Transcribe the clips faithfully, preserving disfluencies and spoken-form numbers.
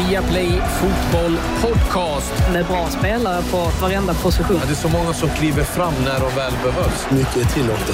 Viaplay Fotboll Podcast. Med bra spelare på varenda position. Ja, det är så många som kliver fram när de väl behövs. Mycket är tillåtet.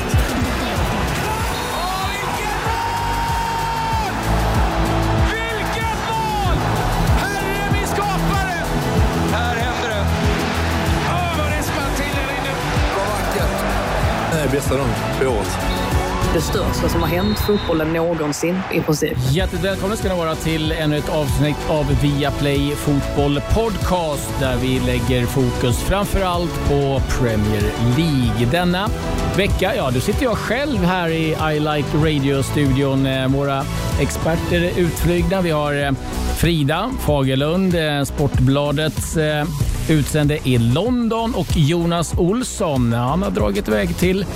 Bästa dagen på året. Det största som har hänt fotbollen någonsin i princip. Hjärtligt välkomna ska ni vara till ännu ett avsnitt av Viaplay Fotboll Podcast där vi lägger fokus framförallt på Premier League. Denna vecka, ja, då sitter jag själv här i I Like Radio-studion. Våra experter är utflygna. Vi har Frida Fagerlund, Sportbladets utsände i London, och Jonas Olsson. Han har dragit iväg till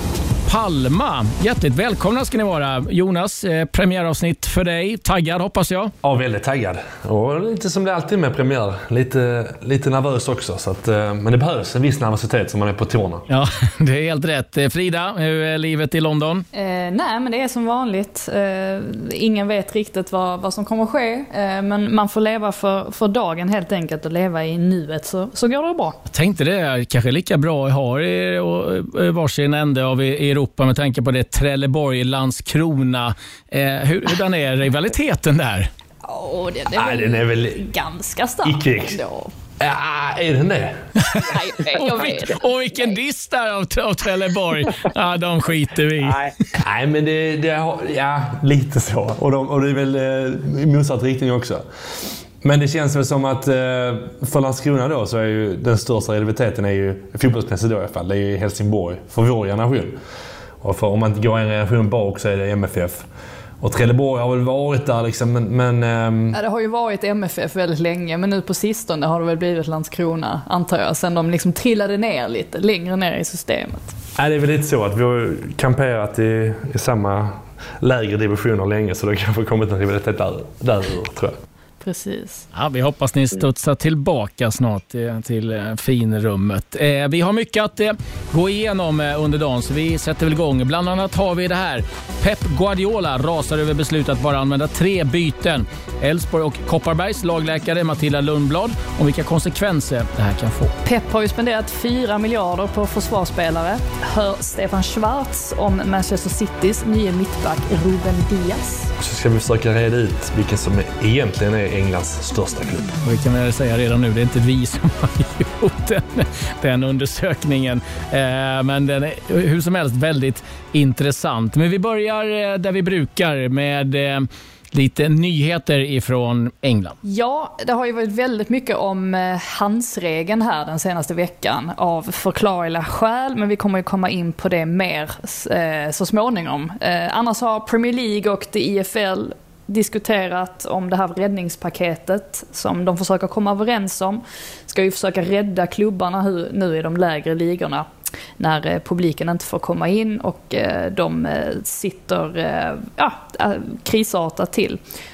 Palma. Hjärtligt välkomna ska ni vara. Jonas, eh, premiäravsnitt för dig. Taggad hoppas jag. Ja, väldigt taggad. Och lite som det alltid med premiär. Lite, lite nervös också. Så att, eh, men det behövs en viss nervositet som man är på tårna. Ja, det är helt rätt. Frida, hur är livet i London? Eh, nej, men det är som vanligt. Eh, ingen vet riktigt vad, vad som kommer att ske. Eh, men man får leva för, för dagen helt enkelt och leva i nuet, så, så går det bra. Jag tänkte det är kanske lika bra att ha i, i varsin ände av i Europa med tanke på det Trelleborg, Landskrona. Eh, hur, hurdan är rivaliteten där? Oh, det, det är Nej, den är väl ganska stark ändå. Ja, är den det? Nej, jag och, vilken, och vilken diss där av, av Trelleborg. Ja, de skiter vi. Nej, Nej men det, det har, ja, lite så. Och, de, och det är väl eh, i motsatt riktning också. Men det känns väl som att eh, för Landskrona då så är ju den största rivaliteten är ju fotbollsmässigt då i alla fall. Det är ju Helsingborg för vår generation. Och för, om man inte går en generation bak så är det M F F. Och Trelleborg har väl varit där liksom, men... men ehm... ja, det har ju varit M F F väldigt länge, men nu på sistone har det väl blivit Landskrona, antar jag. Sen de liksom trillade ner lite, längre ner i systemet. Ja, det är väl lite så att vi har kamperat i, i samma lägre divisioner länge, så det kanske kommit en rivalitet där, där tror jag. Precis. Ja, vi hoppas ni studsar tillbaka snart till, till finrummet. Eh, vi har mycket att eh, gå igenom eh, under dagen, så vi sätter väl igång. Bland annat har vi det här. Pep Guardiola rasar över beslutet att bara använda tre byten. Elfsborg och Kopparbergs lagläkare Matilda Lundblad om vilka konsekvenser det här kan få. Pep har ju spenderat fyra miljarder på försvarsspelare. Hör Stefan Schwarz om Manchester Citys nya mittback Ruben Diaz. Så ska vi försöka reda ut vilken som egentligen är Englands största klubb. Och vi kan väl säga redan nu, det är inte vi som har gjort den, den undersökningen. Eh, men den är hur som helst väldigt intressant. Men vi börjar där vi brukar med eh, lite nyheter ifrån England. Ja, det har ju varit väldigt mycket om handsregeln här den senaste veckan av förklarliga skäl, men vi kommer ju komma in på det mer eh, så småningom. Eh, annars har Premier League och det I F L diskuterat om det här räddningspaketet som de försöker komma överens om. Ska ju försöka rädda klubbarna nu i de lägre ligorna när publiken inte får komma in och de sitter ja, krisartat till.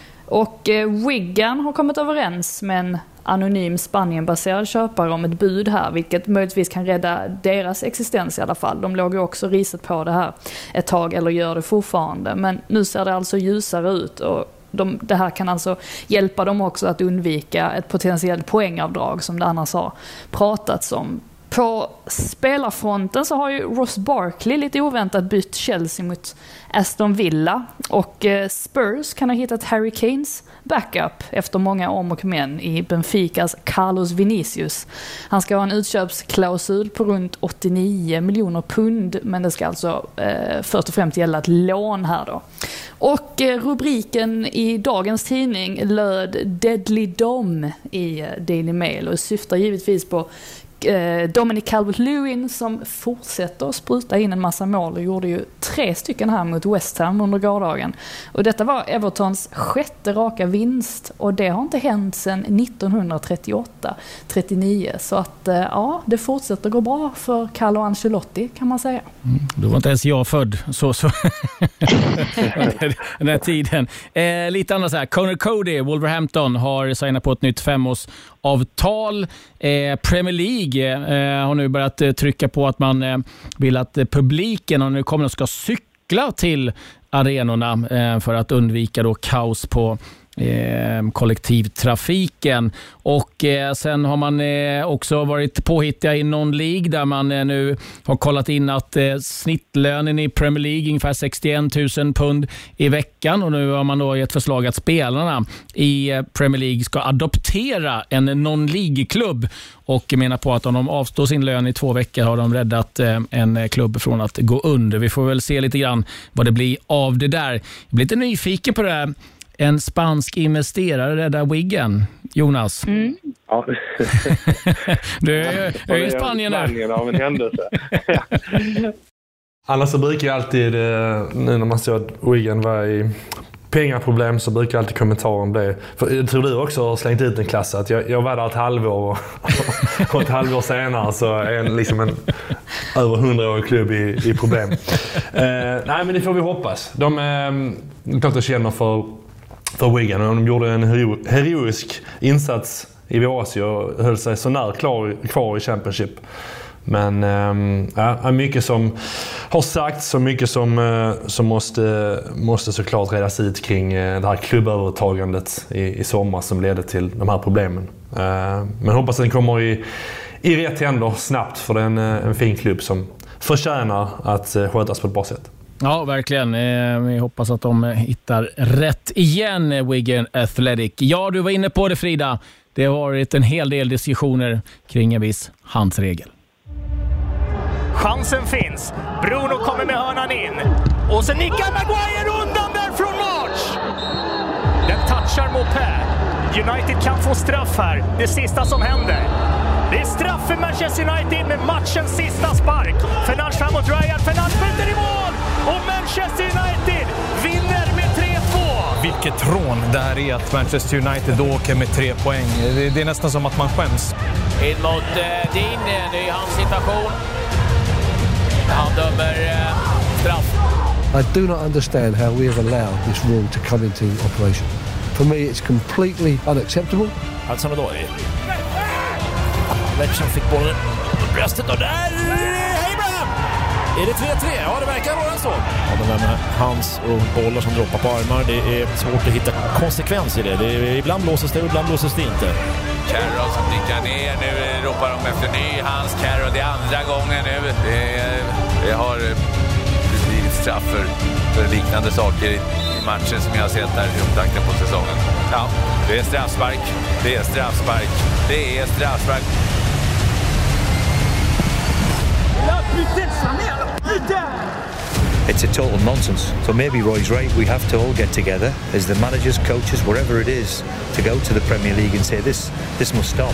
Och Wigan har kommit överens med en anonym Spanien-baserad köpare om ett bud här, vilket möjligtvis kan rädda deras existens i alla fall. De låg ju också riset på det här ett tag, eller gör det fortfarande. Men nu ser det alltså ljusare ut, och de, det här kan alltså hjälpa dem också att undvika ett potentiellt poängavdrag som det annars har pratats om. På spelarfronten så har ju Ross Barkley lite oväntat bytt Chelsea mot Aston Villa, och Spurs kan ha hittat Harry Kanes backup efter många om och men i Benficas Carlos Vinicius. Han ska ha en utköpsklausul på runt åttionio miljoner pund, men det ska alltså eh, först och främst gälla ett lån här då. Och eh, rubriken i dagens tidning löd Deadly Dom i Daily Mail och syftar givetvis på Dominic Calvert-Lewin som fortsätter att spruta in en massa mål och gjorde ju tre stycken här mot West Ham under gårdagen. Och detta var Evertons sjätte raka vinst, och det har inte hänt sedan nittonhundratrettioåtta trettionio, så att ja, det fortsätter gå bra för Carlo Ancelotti kan man säga. Mm, då var inte ens jag född så, så. den här tiden. Eh, lite annat så här, Conor Cody, Wolverhampton, har signat på ett nytt femårsavtal. Eh, Premier League eh, har nu börjat eh, trycka på att man eh, vill att eh, publiken och nu kommer att ska cykla till arenorna eh, för att undvika då kaos på eh, kollektivtrafiken. Och eh, sen har man eh, också varit påhittiga i någon League där man eh, nu har kollat in att eh, snittlönen i Premier League ungefär sextioen tusen pund i veckan, och nu har man då gett förslag att spelarna i eh, Premier League ska adoptera en non-League-klubb och menar på att om de avstår sin lön i två veckor har de räddat eh, en klubb från att gå under. Vi får väl se lite grann vad det blir av det där. Jag blir lite nyfiken på det här. En spansk investerare räddar Wigan. Jonas? Mm. Ja. Du är, är i Spanien nu. Spanien av en händelse. Annars så brukar jag alltid, nu när man ser att Wigan var i pengaproblem, så brukar jag alltid kommentera om det. För jag tror du också har slängt ut en klass att jag, jag var där ett halvår och, och ett halvår senare så är en, liksom en över hundraårig klubb i, i problem. Eh, nej, men det får vi hoppas. De är eh, klart jag känner för, för Wigan, och de gjorde en hero, heroisk insats i våras och höll sig så när klar, kvar i Championship. Men ähm, ja, mycket som har sagts, så mycket som, äh, som måste, måste såklart redas ut kring äh, det här klubbövertagandet i, i sommar som ledde till de här problemen. Äh, men hoppas att den kommer i, i rätt händer snabbt, för det är en, en fin klubb som förtjänar att äh, skötas på ett bra sätt. Ja, verkligen. Vi hoppas att de hittar rätt igen, Wigan Athletic. Ja, du var inne på det, Frida. Det har varit en hel del diskussioner kring en viss handsregel. Chansen finns. Bruno kommer med hörnan in. Och sen nickar Maguire undan där från March. Den touchar Mopé. United kan få straff här. Det sista som händer. Det är straff för Manchester United med matchens sista spark. Fernandes fram mot Ryan. Fernandes skjuter i mål. Och Manchester United vinner med tre två. Vilket trån det här är att Manchester United då åker med tre poäng. Det, det är nästan som att man skäms. In mot eh, Dean. Det är hans situation. Han dömer eh, straff. I do not understand how we have allowed this rule to come into operation. For me, it's completely unacceptable. Hudson Odoi. Leicester fick bollen på bröstet och där Abraham! Är det tre tre? Ja, det verkar vara så. Ja, de där med hands och bollar som droppar på armar, det är svårt att hitta konsekvens i det. det är, ibland blåses det och ibland blåses det inte. Carroll som dyker ner, nu ropar de efter ny hands. Carroll, det är andra gången nu. Det, det har blivit straff för, för liknande saker i, i matchen som jag har sett där i upptakten på säsongen. Ja, det är straffspark, det är straffspark, det är straffspark. It's a total nonsense. So maybe Roy's right. We have to all get together as the managers, coaches, wherever it is, to go to the Premier League and say this, this must stop.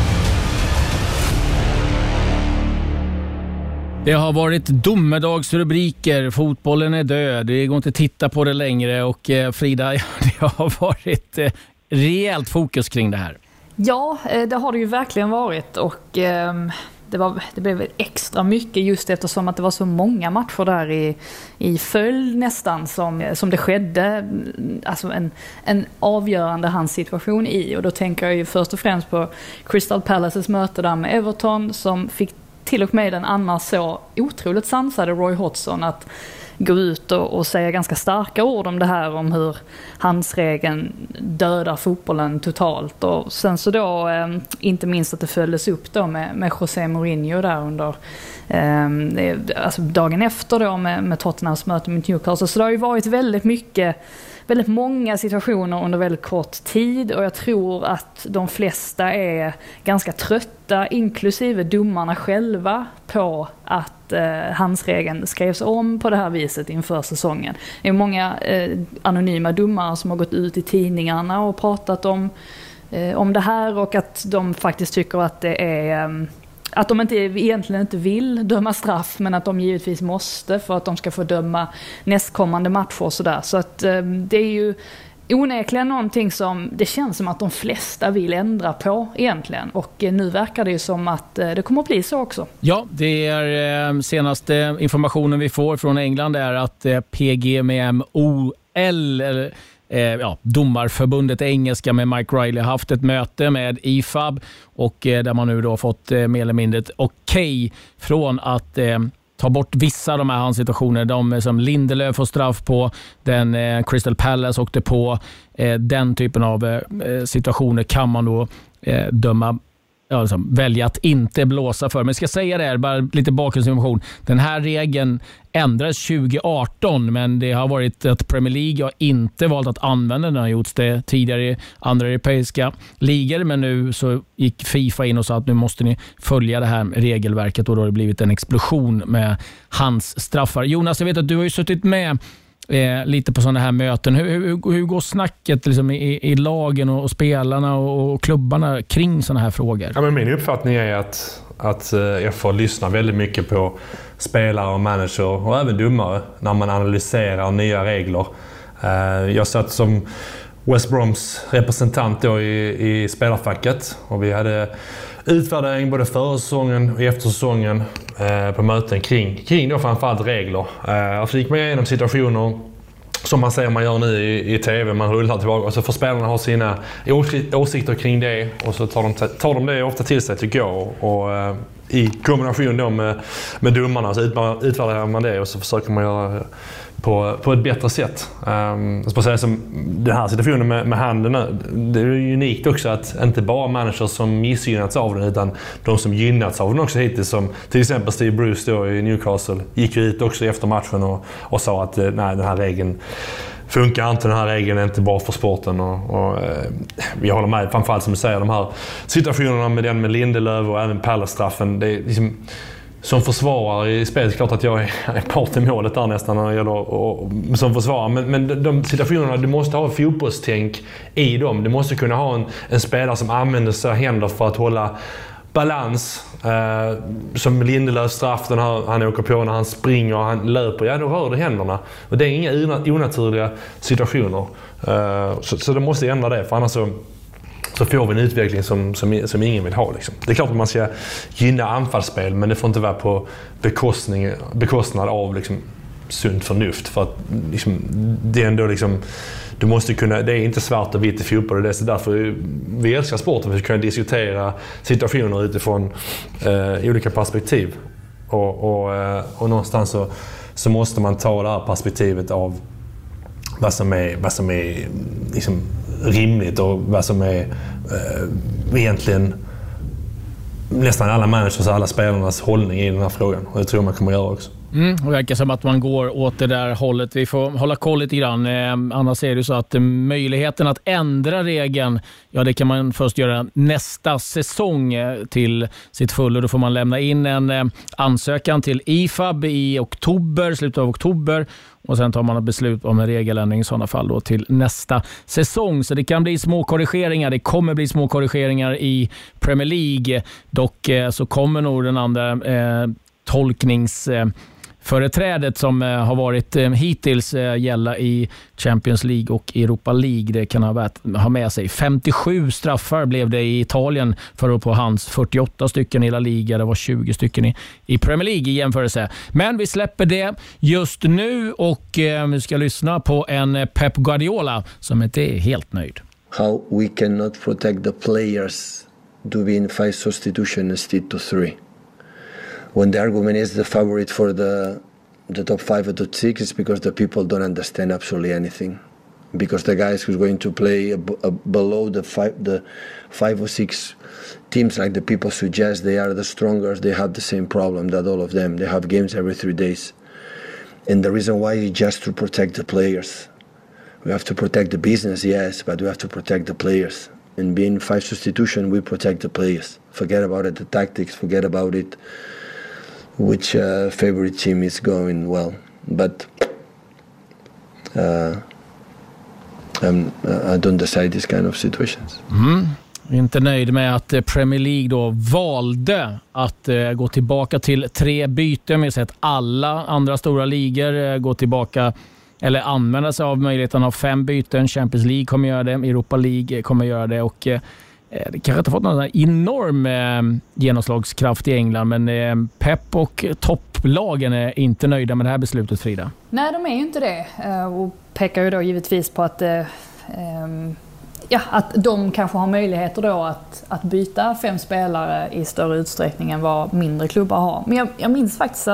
Det har varit domedagsrubriker. Fotbollen är död. Det går inte att titta på det längre. Och eh, Frida, det har varit eh, rejält fokus kring det här. Ja, det har det ju verkligen varit. Och eh, det, var, det blev extra mycket just eftersom att det var så många matcher där i, i följd nästan som, som det skedde. Alltså en, en avgörande handsituation i. Och då tänker jag ju först och främst på Crystal Palaces möte där med Everton som fick till och med den annars så otroligt sansade Roy Hodgson att gå ut och, och säga ganska starka ord om det här, om hur handsregeln dödar fotbollen totalt. Och sen så då, eh, inte minst att det följdes upp då med, med José Mourinho där under eh, alltså dagen efter då med, med Tottenhams möte med Newcastle. Så det har ju varit väldigt mycket, väldigt många situationer under väldigt kort tid, och jag tror att de flesta är ganska trötta, inklusive domarna själva, på att eh, handsregeln skrevs om på det här viset inför säsongen. Det är många eh, anonyma domare som har gått ut i tidningarna och pratat om, eh, om det här, och att de faktiskt tycker att det är eh, att de inte, egentligen inte vill döma straff, men att de givetvis måste för att de ska få döma nästkommande matcher och sådär. Så att eh, det är ju onekligen någonting som det känns som att de flesta vill ändra på egentligen. Och eh, nu verkar det ju som att eh, det kommer att bli så också. Ja, det är eh, senaste informationen vi får från England är att eh, P G M M O L eller Eh, ja, domarförbundet engelska med Mike Riley har haft ett möte med I F A B och eh, där man nu då fått eh, mer eller mindre ett okej från att eh, ta bort vissa av de här handsituationer. De som Lindelöf får straff på, den eh, Crystal Palace åkte på, eh, den typen av eh, situationer kan man då eh, döma, ja, liksom, välja att inte blåsa för. Men jag ska säga det här, bara lite bakgrundsinformation. Den här regeln ändrades tjugo arton, men det har varit att Premier League har inte valt att använda den. Det har gjorts det tidigare i andra europeiska ligor, men nu så gick FIFA in och sa att nu måste ni följa det här regelverket, och då har det blivit en explosion med hans straffar. Jonas, jag vet att du har ju suttit med Eh, lite på sådana här möten. Hur, hur, hur går snacket liksom i, i lagen och, och spelarna och, och klubbarna kring sådana här frågor? Ja, men min uppfattning är att, att eh, jag får lyssna väldigt mycket på spelare och manager och även domare när man analyserar nya regler. Eh, jag satt som West Broms representant då i, i spelarfacket, och vi hade utvärdering både före säsongen och efter säsongen eh, på möten kring, kring då framförallt regler. Eh, och så gick man igenom situationer som man säger man gör nu i, i tv, man rullar tillbaka och så får spelarna ha sina åsikter kring det, och så tar de, tar de det ofta till sig, tycker jag. Och, och eh, i kombination då med, med domarna så utvärderar man det, och så försöker man göra på, på ett bättre sätt. Um, jag ska säga som den här situationen med, med handen, det är unikt också att inte bara managers som missgynnats av den, utan de som gynnats av den också hittills, som till exempel Steve Bruce då i Newcastle gick ut också efter matchen och, och sa att nej, den här regeln funkar inte, den här regeln är inte bra för sporten. Och, och eh, vi håller med, framförallt som du säger, de här situationerna med den med Lindelöf och även Palace-straffen, det är liksom, som försvarare i spelet, klart att jag är, är part i målet där nästan när det gäller och, och, som försvarare. Men, men de situationerna, du måste ha fotbollstänk i dem. Du måste kunna ha en, en spelare som använder sig av händer för att hålla balans. Eh, som Lindelöf straff, den här, han åker på när han springer och han löper. Ja, då rör det händerna. Och det är inga onaturliga situationer. Eh, så, så de måste ändra det, för annars så så får vi en utveckling som, som, som ingen vill ha. Liksom. Det är klart att man ska gynna anfallsspel, men det får inte vara på bekostning, bekostnad av liksom, sunt förnuft. För att liksom, det är ändå liksom, du måste kunna, det är inte svart och vitt i fotboll, och det är så därför vi älskar sporten, för att kunna diskutera situationer utifrån eh, olika perspektiv. Och, och, eh, och någonstans så, så måste man ta det här perspektivet av vad som är, vad som är liksom, rimligt och vad som är eh, egentligen nästan alla managers och alla spelarnas hållning i den här frågan. Och det tror jag man kommer göra också. Mm, det verkar som att man går åt det där hållet. Vi får hålla koll lite grann. Eh, annars är det så att eh, möjligheten att ändra regeln, ja, det kan man först göra nästa säsong eh, till sitt full. Och då får man lämna in en eh, ansökan till I F A B i oktober, slutet av oktober. Och sen tar man ett beslut om en regeländring i sådana fall då till nästa säsong. Så det kan bli små korrigeringar. Det kommer bli små korrigeringar i Premier League. Dock eh, så kommer nog den andra eh, tolknings... Eh, företrädet som eh, har varit eh, hittills eh, gälla i Champions League och Europa League. Det kan ha, varit, ha med sig femtiosju straffar blev det i Italien för på hans fyrtioåtta stycken i La Liga. Det var tjugo stycken i, i Premier League i jämförelse. Men vi släpper det just nu och eh, vi ska lyssna på en Pep Guardiola som inte är helt nöjd. How we cannot protect the players to be in five substitution instead to three. When the argument is the favorite for the the top five or top six, it's because the people don't understand absolutely anything. Because the guys who's going to play a, a below the five, the five or six teams, like the people suggest, they are the strongest. They have the same problem that all of them. They have games every three days, and the reason why is just to protect the players. We have to protect the business, yes, but we have to protect the players. And being five substitution, we protect the players. Forget about it, the tactics. Forget about it. Which uh, favorite team is going well, but uh, I'm, I don't decide these kind of situations. Mm. Inte nöjd med att Premier League då valde att uh, gå tillbaka till tre byten. Vi har sett alla andra stora ligor uh, gå tillbaka eller använda sig av möjligheten av fem byten. Champions League kommer göra det, Europa League kommer göra det, och uh, det kanske inte fått någon enorm eh, genomslagskraft i England, men eh, Pep och topplagen är inte nöjda med det här beslutet, Frida. Nej, de är ju inte det, och pekar ju då givetvis på att, eh, ja, att de kanske har möjligheter då att, att byta fem spelare i större utsträckning än vad mindre klubbar har. Men jag, jag minns faktiskt att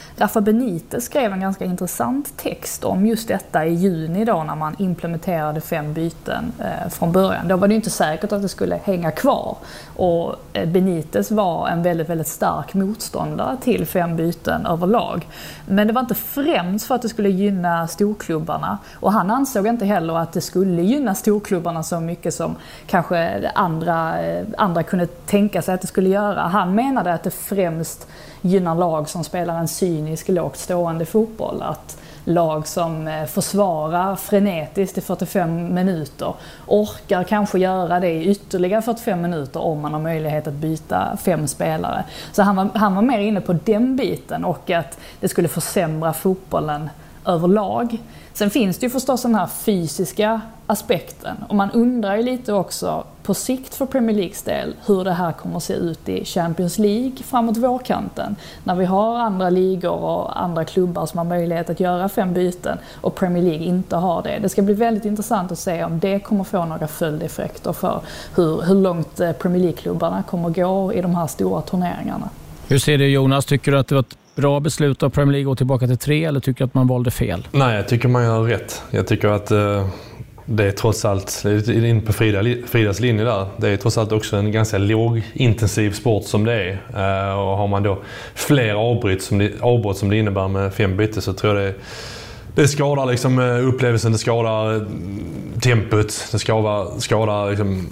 Rafa Benitez skrev en ganska intressant text om just detta i juni då när man implementerade fem byten eh, från början. Då var det ju inte säkert att det skulle hänga kvar och eh, Benitez var en väldigt, väldigt stark motståndare till fem byten överlag. Men det var inte främst för att det skulle gynna storklubbarna och han ansåg inte heller att det skulle gynna storklubbarna så mycket som kanske andra, eh, andra kunde tänka sig att det skulle göra. Han menade att det främst gynnar lag som spelar en cynisk, lågt stående fotboll. Att lag som försvarar frenetiskt i fyrtiofem minuter orkar kanske göra det i ytterligare fyrtiofem minuter om man har möjlighet att byta fem spelare. Så han var, han var mer inne på den biten och att det skulle försämra fotbollen överlag. Sen finns det ju förstås den här fysiska aspekten och man undrar ju lite också på sikt för Premier Leagues del hur det här kommer att se ut i Champions League framåt vårkanten när vi har andra ligor och andra klubbar som har möjlighet att göra fem byten och Premier League inte har det. Det ska bli väldigt intressant att se om det kommer få några följdeffekter för hur, hur långt Premier League-klubbarna kommer att gå i de här stora turneringarna. Hur ser du Jonas? Tycker du att det var ett bra beslut av Premier League att gå tillbaka till tre eller tycker du att man valde fel? Nej, jag tycker man gör rätt. Jag tycker att uh, det är trots allt, det är in på Frida, Fridas linje där, det är trots allt också en ganska lågintensiv sport som det är. Uh, och har man då fler avbrott som det, avbrott som det innebär med fem byten så tror jag det Det skadar liksom upplevelsen, det skadar tempot, det skadar, skadar liksom,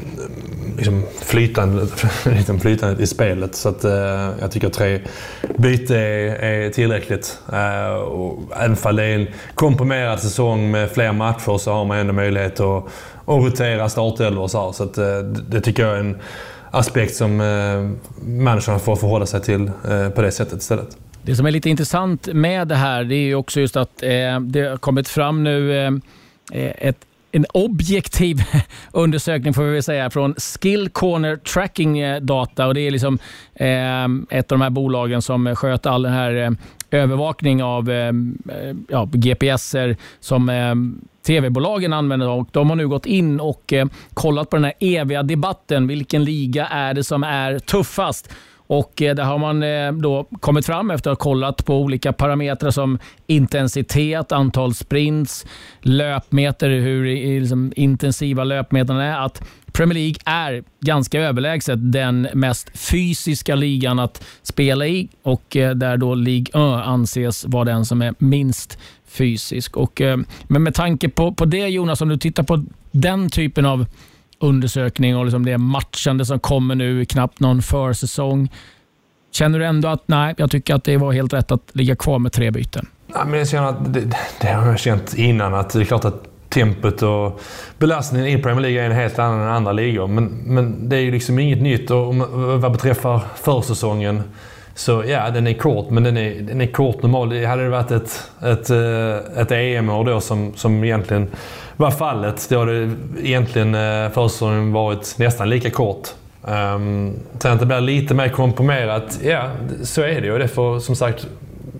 liksom flytande, liksom flytande i spelet. Så att, eh, jag tycker att tre byte är, är tillräckligt. Eh, och även om det är en komprimerad säsong med fler matcher så har man ändå möjlighet att, att rotera startelvor och så här. Så att, eh, det tycker jag är en aspekt som eh, människorna får förhålla sig till eh, på det sättet istället. Det som är lite intressant med det här det är ju också just att eh, det har kommit fram nu eh, ett, en objektiv undersökning får vi väl säga från Skill Corner Tracking Data och det är liksom eh, ett av de här bolagen som sköter all den här eh, övervakning av eh, ja, G P S-er som eh, tv-bolagen använder och de har nu gått in och eh, kollat på den här eviga debatten. Vilken liga är det som är tuffast? Och eh, där har man eh, då kommit fram efter att ha kollat på olika parametrar som intensitet, antal sprints, löpmeter, hur liksom, intensiva löpmeterna är. Att Premier League är ganska överlägset den mest fysiska ligan att spela i och eh, där då Ligue ett anses vara den som är minst fysisk. Och, eh, men med tanke på, på det Jonas, om du tittar på den typen av undersökning och liksom det matchande som kommer nu, knappt någon försäsong. Känner du ändå att nej, jag tycker att det var helt rätt att ligga kvar med tre byten? Ja, men jag känner att det, det har jag känt innan att det är klart att tempot och belastningen i Premier League är en helt annan än andra ligor. Men, men det är ju liksom inget nytt och vad beträffar försäsongen så ja, den är kort, men den är, den är kort normal. Det hade det varit ett, ett, ett E M-år då som, som egentligen var fallet. Då hade egentligen försäsongen varit nästan lika kort. Um, sen att det blir lite mer komprimerat, ja, så är det ju. Det får som sagt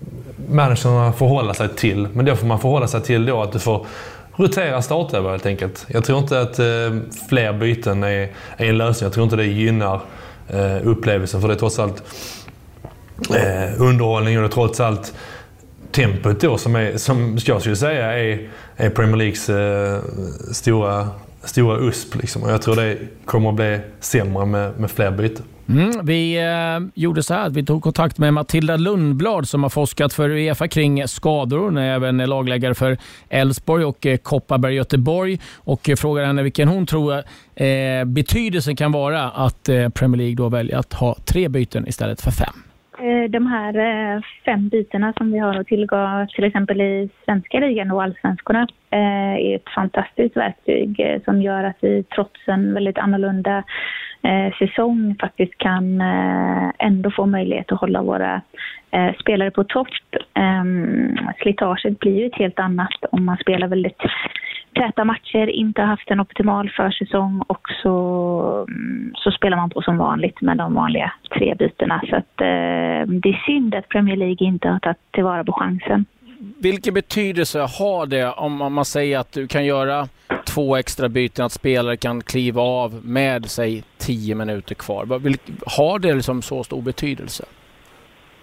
managerna förhålla sig till. Men då får man förhålla sig till då att du får rotera startelvor helt enkelt. Jag tror inte att uh, fler byten är, är en lösning. Jag tror inte det gynnar uh, upplevelsen för det är trots allt uh, underhållning och det är trots allt tempot då som, är, som jag skulle säga är, är Premier Leagues uh, stora stora U S P liksom. Och jag tror det kommer att bli sämre med, med fler byten. Mm, vi eh, gjorde så här att vi tog kontakt med Matilda Lundblad som har forskat för UEFA kring skador. Hon är även lagläggare för Elfsborg och eh, Kopparberg Göteborg och eh, frågar henne vilken hon tror eh, betydelsen kan vara att eh, Premier League då väljer att ha tre byten istället för fem. De här fem bytena som vi har att tillgå till exempel i svenska ligan och allsvenskorna är ett fantastiskt verktyg som gör att vi trots en väldigt annorlunda säsong faktiskt kan ändå få möjlighet att hålla våra spelare på topp. Slitaget blir ju ett helt annat om man spelar väldigt täta matcher, inte har haft en optimal försäsong och så, så spelar man på som vanligt med de vanliga tre bytena. Så att, eh, det är synd att Premier League inte har tagit tillvara på chansen. Vilken betydelse har det om man säger att du kan göra två extra byten, att spelare kan kliva av med sig tio minuter kvar? Har det liksom så stor betydelse?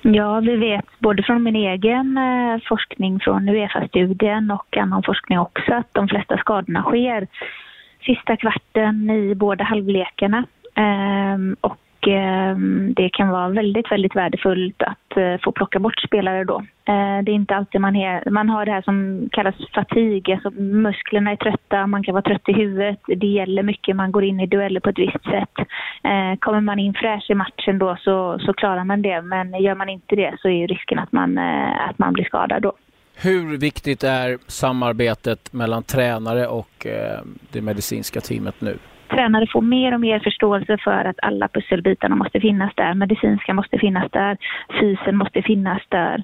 Ja, vi vet både från min egen eh, forskning från UEFA-studien och annan forskning också att de flesta skadorna sker sista kvarten i båda halvlekarna. Ehm, och ehm, det kan vara väldigt, väldigt värdefullt att eh, få plocka bort spelare då. Eh, det är inte alltid man, he- man har det här som kallas fatig, alltså musklerna är trötta, man kan vara trött i huvudet. Det gäller mycket, man går in i dueller på ett visst sätt. Eh, kommer man in fräsch i matchen då så, så klarar man det, men gör man inte det så är ju risken att man, eh, att man blir skadad då. Hur viktigt är samarbetet mellan tränare och eh, det medicinska teamet nu? Tränare får mer och mer förståelse för att alla pusselbitarna måste finnas där. Medicinska måste finnas där, fysen måste finnas där,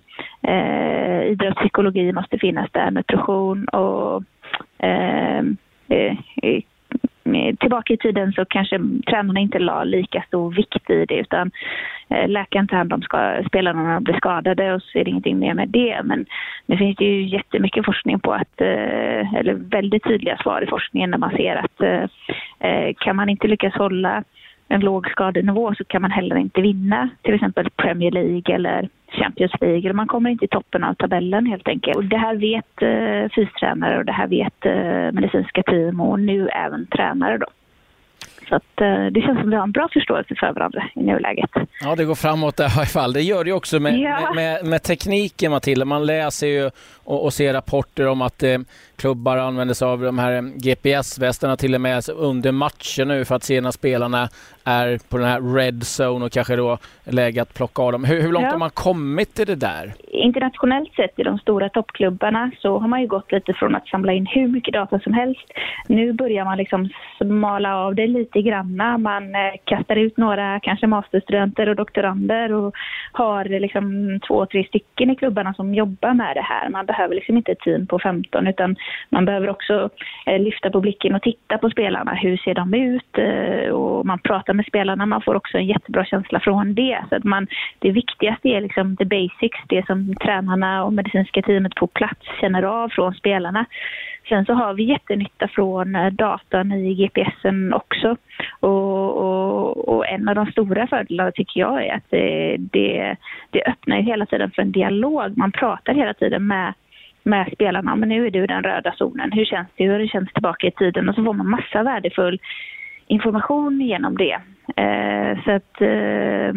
eh, idrottspsykologi måste finnas där, nutrition och eh, eh, tillbaka i tiden så kanske tränarna inte la lika stor vikt i det, utan läkaren tar hand om ska, spelarna när de blir skadade och så är det ingenting mer med det. Men det finns ju jättemycket forskning på att, eller väldigt tydliga svar i forskningen när man ser att kan man inte lyckas hålla en låg skadenivå så kan man heller inte vinna till exempel Premier League eller Champions League. Man kommer inte i toppen av tabellen helt enkelt. Och det här vet eh, fystränare och det här vet eh, medicinska team och nu även tränare då. Så att, eh, det känns som att vi har en bra förståelse för varandra i nuläget. Ja, det går framåt i alla fall. Det gör det ju också med, ja. med, med, med tekniken, Matilda. Man läser ju och, och ser rapporter om att eh, klubbar använder sig av de här G P S-västarna till och med under matchen nu för att se när spelarna är på den här red zone och kanske då läge att plocka av dem. Hur, hur långt ja. har man kommit till det där? Internationellt sett i de stora toppklubbarna så har man ju gått lite från att samla in hur mycket data som helst. Nu börjar man liksom smala av det lite granna. Man eh, kastar ut några kanske masterstudenter och doktorander och har liksom två, tre stycken i klubbarna som jobbar med det här. Man behöver liksom inte ett team på femton utan man behöver också eh, lyfta på blicken och titta på spelarna. Hur ser de ut? Eh, och man pratar med spelarna. Man får också en jättebra känsla från det. Så att man, det viktigaste är liksom the basics, det som tränarna och medicinska teamet på plats känner av från spelarna. Sen så har vi jättenytta från datan i G P S:en också. Och, och, och en av de stora fördelarna tycker jag är att det, det, det öppnar ju hela tiden för en dialog. Man pratar hela tiden med med spelarna. Men nu är du i den röda zonen. Hur känns det? Hur känns det tillbaka i tiden? Och så får man massa värdefull information genom det. Eh, så att eh,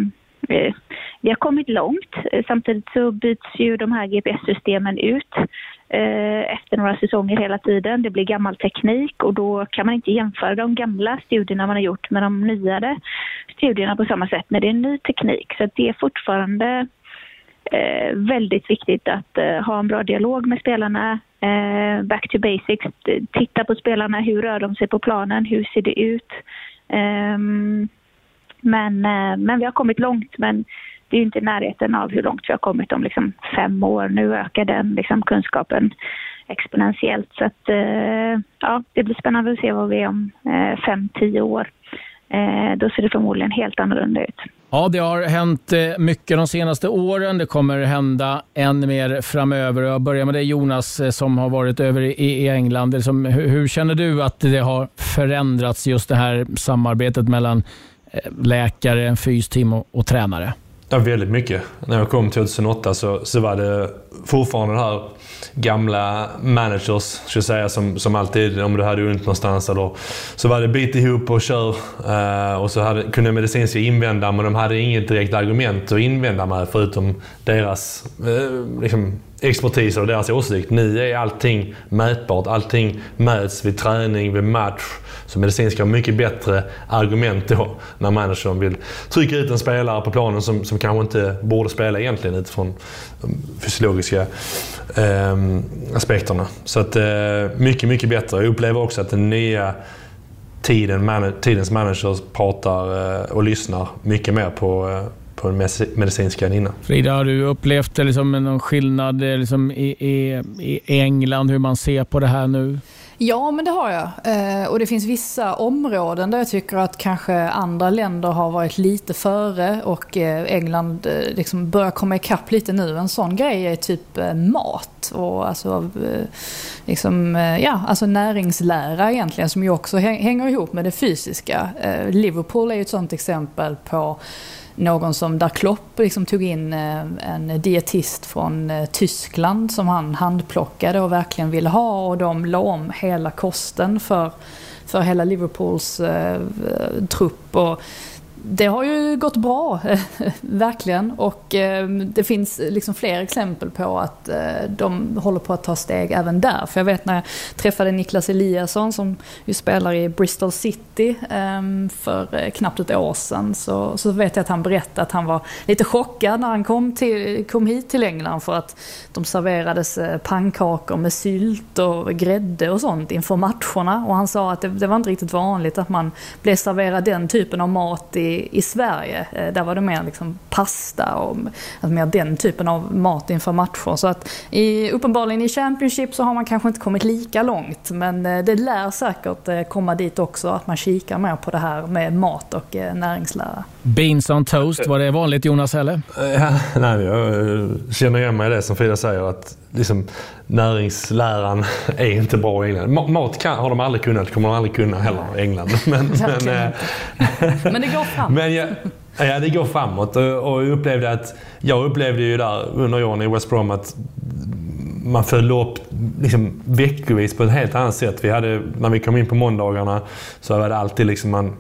vi har kommit långt. Samtidigt så byts ju de här G P S-systemen ut eh, efter några säsonger hela tiden. Det blir gammal teknik och då kan man inte jämföra de gamla studierna man har gjort med de nyare studierna på samma sätt när det är ny teknik. Så att det är fortfarande eh, väldigt viktigt att eh, ha en bra dialog med spelarna. Eh, back to basics. Titta på spelarna. Hur rör de sig på planen? Hur ser det ut? Eh, Men, men vi har kommit långt, men det är ju inte i närheten av hur långt vi har kommit om liksom fem år. Nu ökar den liksom kunskapen exponentiellt. Så att, ja, det blir spännande att se vad vi är om fem, tio år. Då ser det förmodligen helt annorlunda ut. Ja, det har hänt mycket de senaste åren. Det kommer hända än mer framöver. Jag börjar med dig, Jonas, som har varit över i England. Hur känner du att det har förändrats, just det här samarbetet mellan läkare, fysteam och, och tränare? Ja, väldigt mycket. När jag kom tjugohundraåtta så, så var det fortfarande det här gamla managers, ska jag säga, som, som alltid, om du hade ont någonstans eller, så var det bit ihop och kör uh, och så hade, kunde medicinska invända, men de hade inget direkt argument att invända med förutom deras uh, liksom, expertis och deras åsikt. Nu är allting mätbart, allting mäts vid träning, vid match. Så medicinska har mycket bättre argument då när managern vill trycka ut en spelare på planen som, som kanske inte borde spela egentligen utifrån de fysiologiska eh, aspekterna. Så att eh, mycket, mycket bättre. Jag upplever också att den nya tiden, man, tidens managers pratar eh, och lyssnar mycket mer på eh, på den medicinska än innan. Frida, har du upplevt liksom någon skillnad liksom i, i, i England, hur man ser på det här nu? Ja, men det har jag. Eh, och det finns vissa områden där jag tycker att kanske andra länder har varit lite före och eh, England eh, liksom börjar komma ikapp lite nu. En sån grej är typ eh, mat och alltså, eh, liksom, eh, ja, alltså näringslära egentligen, som ju också hänger ihop med det fysiska. Eh, Liverpool är ju ett sånt exempel på någon som där Klopp liksom tog in en dietist från Tyskland som han handplockade och verkligen ville ha, och de la om hela kosten för, för hela Liverpools eh, trupp, och det har ju gått bra, verkligen, och eh, det finns liksom fler exempel på att eh, de håller på att ta steg även där. För jag vet när jag träffade Niklas Eliasson som ju spelar i Bristol City eh, för eh, knappt ett år sedan, så, så vet jag att han berättade att han var lite chockad när han kom, till, kom hit till England, för att de serverades eh, pannkakor med sylt och grädde och sånt inför matcherna, och han sa att det, det var inte riktigt vanligt att man blev serverad den typen av mat i i Sverige. Där var det mer liksom pasta och alltså mer den typen av mat inför matcher. Så att i, uppenbarligen i Championship så har man kanske inte kommit lika långt, men det lär säkert komma dit också, att man kikar mer på det här med mat och näringslära. Beans on toast, var det vanligt, Jonas, eller? Ja, nej, jag känner igen mig i det som Frida säger, att liksom, näringsläran är inte bra i England. Mat kan, har de aldrig kunnat, kommer de aldrig kunna heller i England. Men, men, men det går framåt. Men jag, ja, det går framåt. Och, och jag, upplevde att, jag upplevde ju där under åren i West Brom att man följde upp liksom, veckovis på ett helt annat sätt. Vi hade, när vi kom in på måndagarna så var det alltid liksom man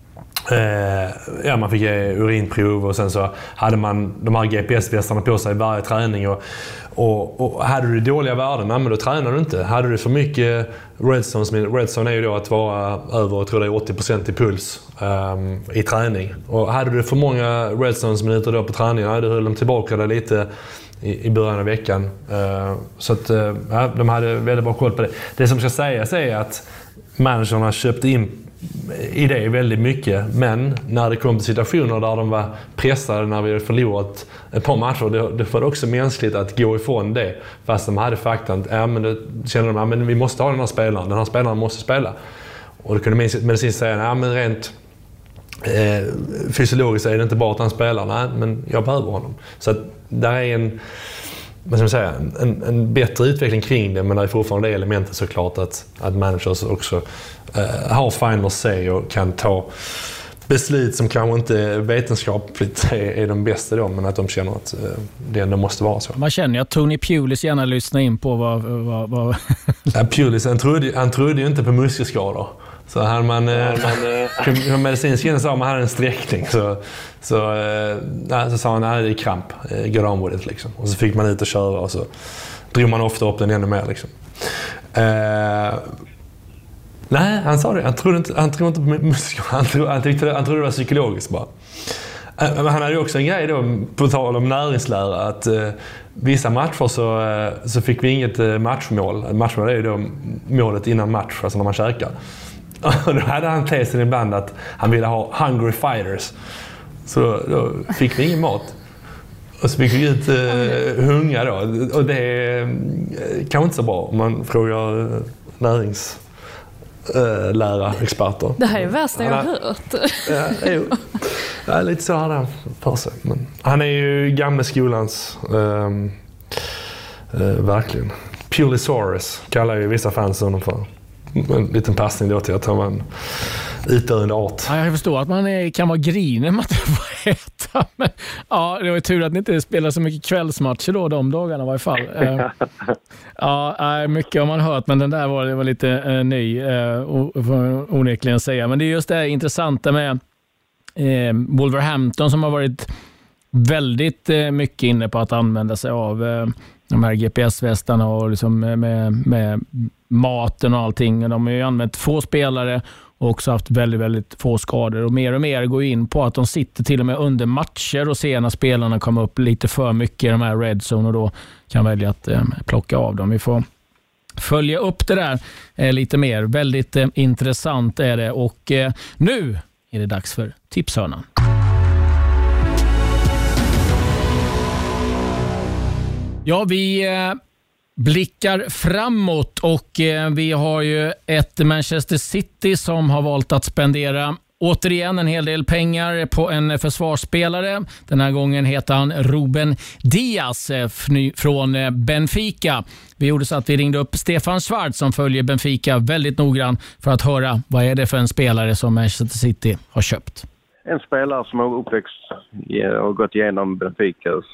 Eh, ja, man fick ge urinprov, och sen så hade man de här G P S-västarna på sig varje träning, och, och, och hade du dåliga värden, men då tränar du inte. Hade du för mycket redstone, redstone är ju då att vara över, jag tror det är åttio procent i puls um, i träning, och hade du för många redstones-minuter då på träningen, då höll de tillbaka det lite i, i början av veckan. Uh, så att uh, ja, de hade väldigt bra koll på det. Det som ska sägas är att managerna köpte in i det väldigt mycket, men när det kom till situationer där de var pressade, när vi hade förlorat ett par matcher, det, det var också mänskligt att gå ifrån det, fast de hade faktan, ja, men då kände de att ja, vi måste ha den här spelaren, den här spelaren måste spela, och då kunde medicinskt säga, ja, men rent eh, fysiologiskt är det inte bra att han spelar, nej, men jag behöver honom. Så att där är en vad ska man säga, en, en bättre utveckling kring det, men det är fortfarande det elementet såklart att, att managers också uh, har final say och kan ta beslut som kanske inte vetenskapligt är, är de bästa då, men att de känner att uh, det ändå måste vara så. Man känner ju att Tony Pulis gärna lyssnar in på vad... vad, vad... ja, Pulis, han trodde, han trodde ju inte på muskelskador. Så hade man, man medicinskt kände att man hade en sträckning, så, så, äh, så sa han att det är kramp, äh, get on with it, liksom. Och så fick man ut och köra, och så drog man ofta upp den ännu mer, liksom. Äh, nej, han sa det, han trodde inte, han trodde inte på muskler, han trodde, han, tyckte, han trodde det var psykologiskt bara. Äh, men han hade ju också en grej då, på tal om näringslära, att äh, vissa matcher så, äh, så fick vi inget äh, matchmål. Matchmål är ju då målet innan match, alltså när man käkar. Och då hade han tesen ibland att han ville ha hungry fighters. Så då, då fick vi ingen mat. Och så fick vi ut eh, hunga då. Och det är eh, kanske inte så bra om man frågar eh, näringslära-experter. Eh, det här är det värsta jag har hört. Ja, jo. Ja, lite så hade han för sig. Men han är ju gamla skolans eh, eh, verkligen. Pulisaurus kallar ju vissa fans honom för. En liten passning då till att han var en utdöende art. Ja, jag förstår att man är, kan vara grinig när man inte får äta. Men, ja, det var tur att ni inte spelar så mycket kvällsmatcher då, de dagarna i varje fall. Uh, ja, mycket har man hört, men den där var, det var lite uh, ny, uh, får onekligen säga. Men det är just det intressanta med uh, Wolverhampton som har varit väldigt uh, mycket inne på att använda sig av uh, de här G P S-västarna och liksom med, med maten och allting. De har ju använt få spelare och också haft väldigt, väldigt få skador. Och mer och mer går in på att de sitter till och med under matcher och ser när spelarna kommer upp lite för mycket i de här red zone, och då kan välja att eh, plocka av dem. Vi får följa upp det där eh, lite mer. Väldigt eh, intressant är det. Och eh, nu är det dags för tipshörnan. Ja, vi eh, blickar framåt och eh, vi har ju ett Manchester City som har valt att spendera återigen en hel del pengar på en försvarsspelare. Den här gången heter han Ruben Dias eh, från eh, Benfica. Vi gjorde så att vi ringde upp Stefan Schwarz som följer Benfica väldigt noggrant för att höra vad är det för en spelare som Manchester City har köpt. en spelare som har uppväxt och gått igenom Benficas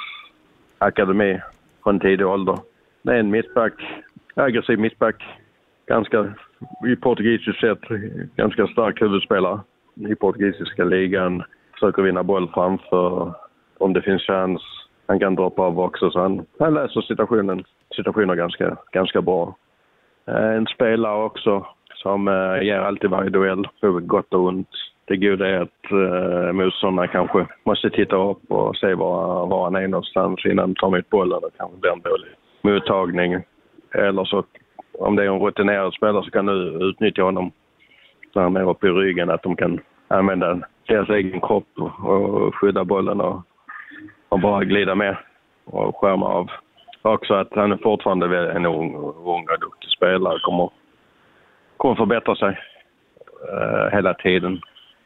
akademi från tidig ålder. Det är en mittback, aggressiv mittback. Ganska, i portugisiskt sätt, ganska stark huvudspelare i portugisiska ligan. Försöker vinna boll framför om det finns chans. Han kan droppa av också, så han, han läser situationen, situationen ganska, ganska bra. En spelare också som uh, ger alltid varje duell, för gott och ont. Det goda är att uh, motståndarna kanske måste titta upp och se var, var han är någonstans innan de tar emot bollen. Det kanske blir en dålig mottagning. Eller så, om det är en rutinerad spelare, så kan du utnyttja honom när han är uppe i ryggen, att de kan använda deras egen kropp och skydda bollen och, och bara glida med och skärma av. Också att han är fortfarande en ung, ung och duktig spelare, kommer, kommer förbättra sig uh, hela tiden.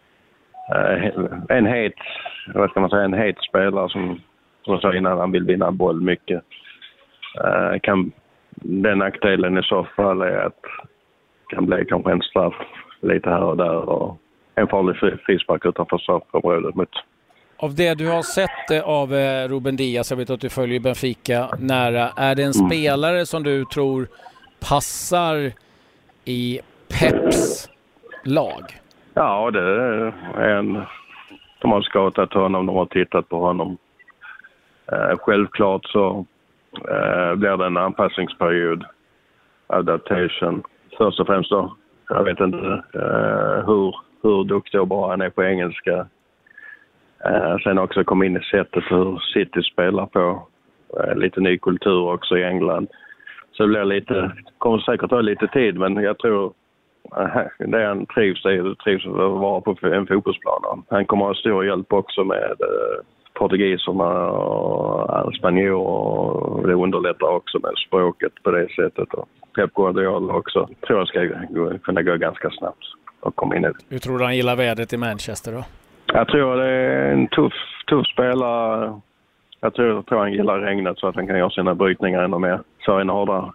Uh, en het, vad ska man säga, en het spelare som, som jag sa innan, han vill vinna boll mycket. Uh, kan, den nackdelen i så fall är att det kan bli kanske en straff lite här och där och en farlig frispark utanför straffområdet mot. Av det du har sett av Ruben Dias, jag vet att du följer Benfica nära, är det en mm. spelare som du tror passar i Peps lag? Ja, det är en... De har scoutat honom, de har tittat på honom. Eh, självklart så eh, blir det en anpassningsperiod, adaptation. Först och främst då, jag vet inte eh, hur, hur duktig och bra han är på engelska. Uh, sen också kom in i sättet hur City spelar på. Uh, lite ny kultur också i England. Så det blir lite, kommer säkert ta lite tid, men jag tror uh, det är en trivs, det är trivs att vara på en fotbollsplan. Han kommer ha stor hjälp också med uh, portugiserna och spanjor, och det underlättar också med språket på det sättet. Och Pep Guardiola också. Jag tror jag ska gå, kunna gå ganska snabbt och komma in i det. Hur tror du han gillar vädret i Manchester då? Jag tror det är en tuff, tuff spelare. Jag tror, jag tror han gillar regnet så att han kan göra sina brytningar ännu mer. Så en hårdare.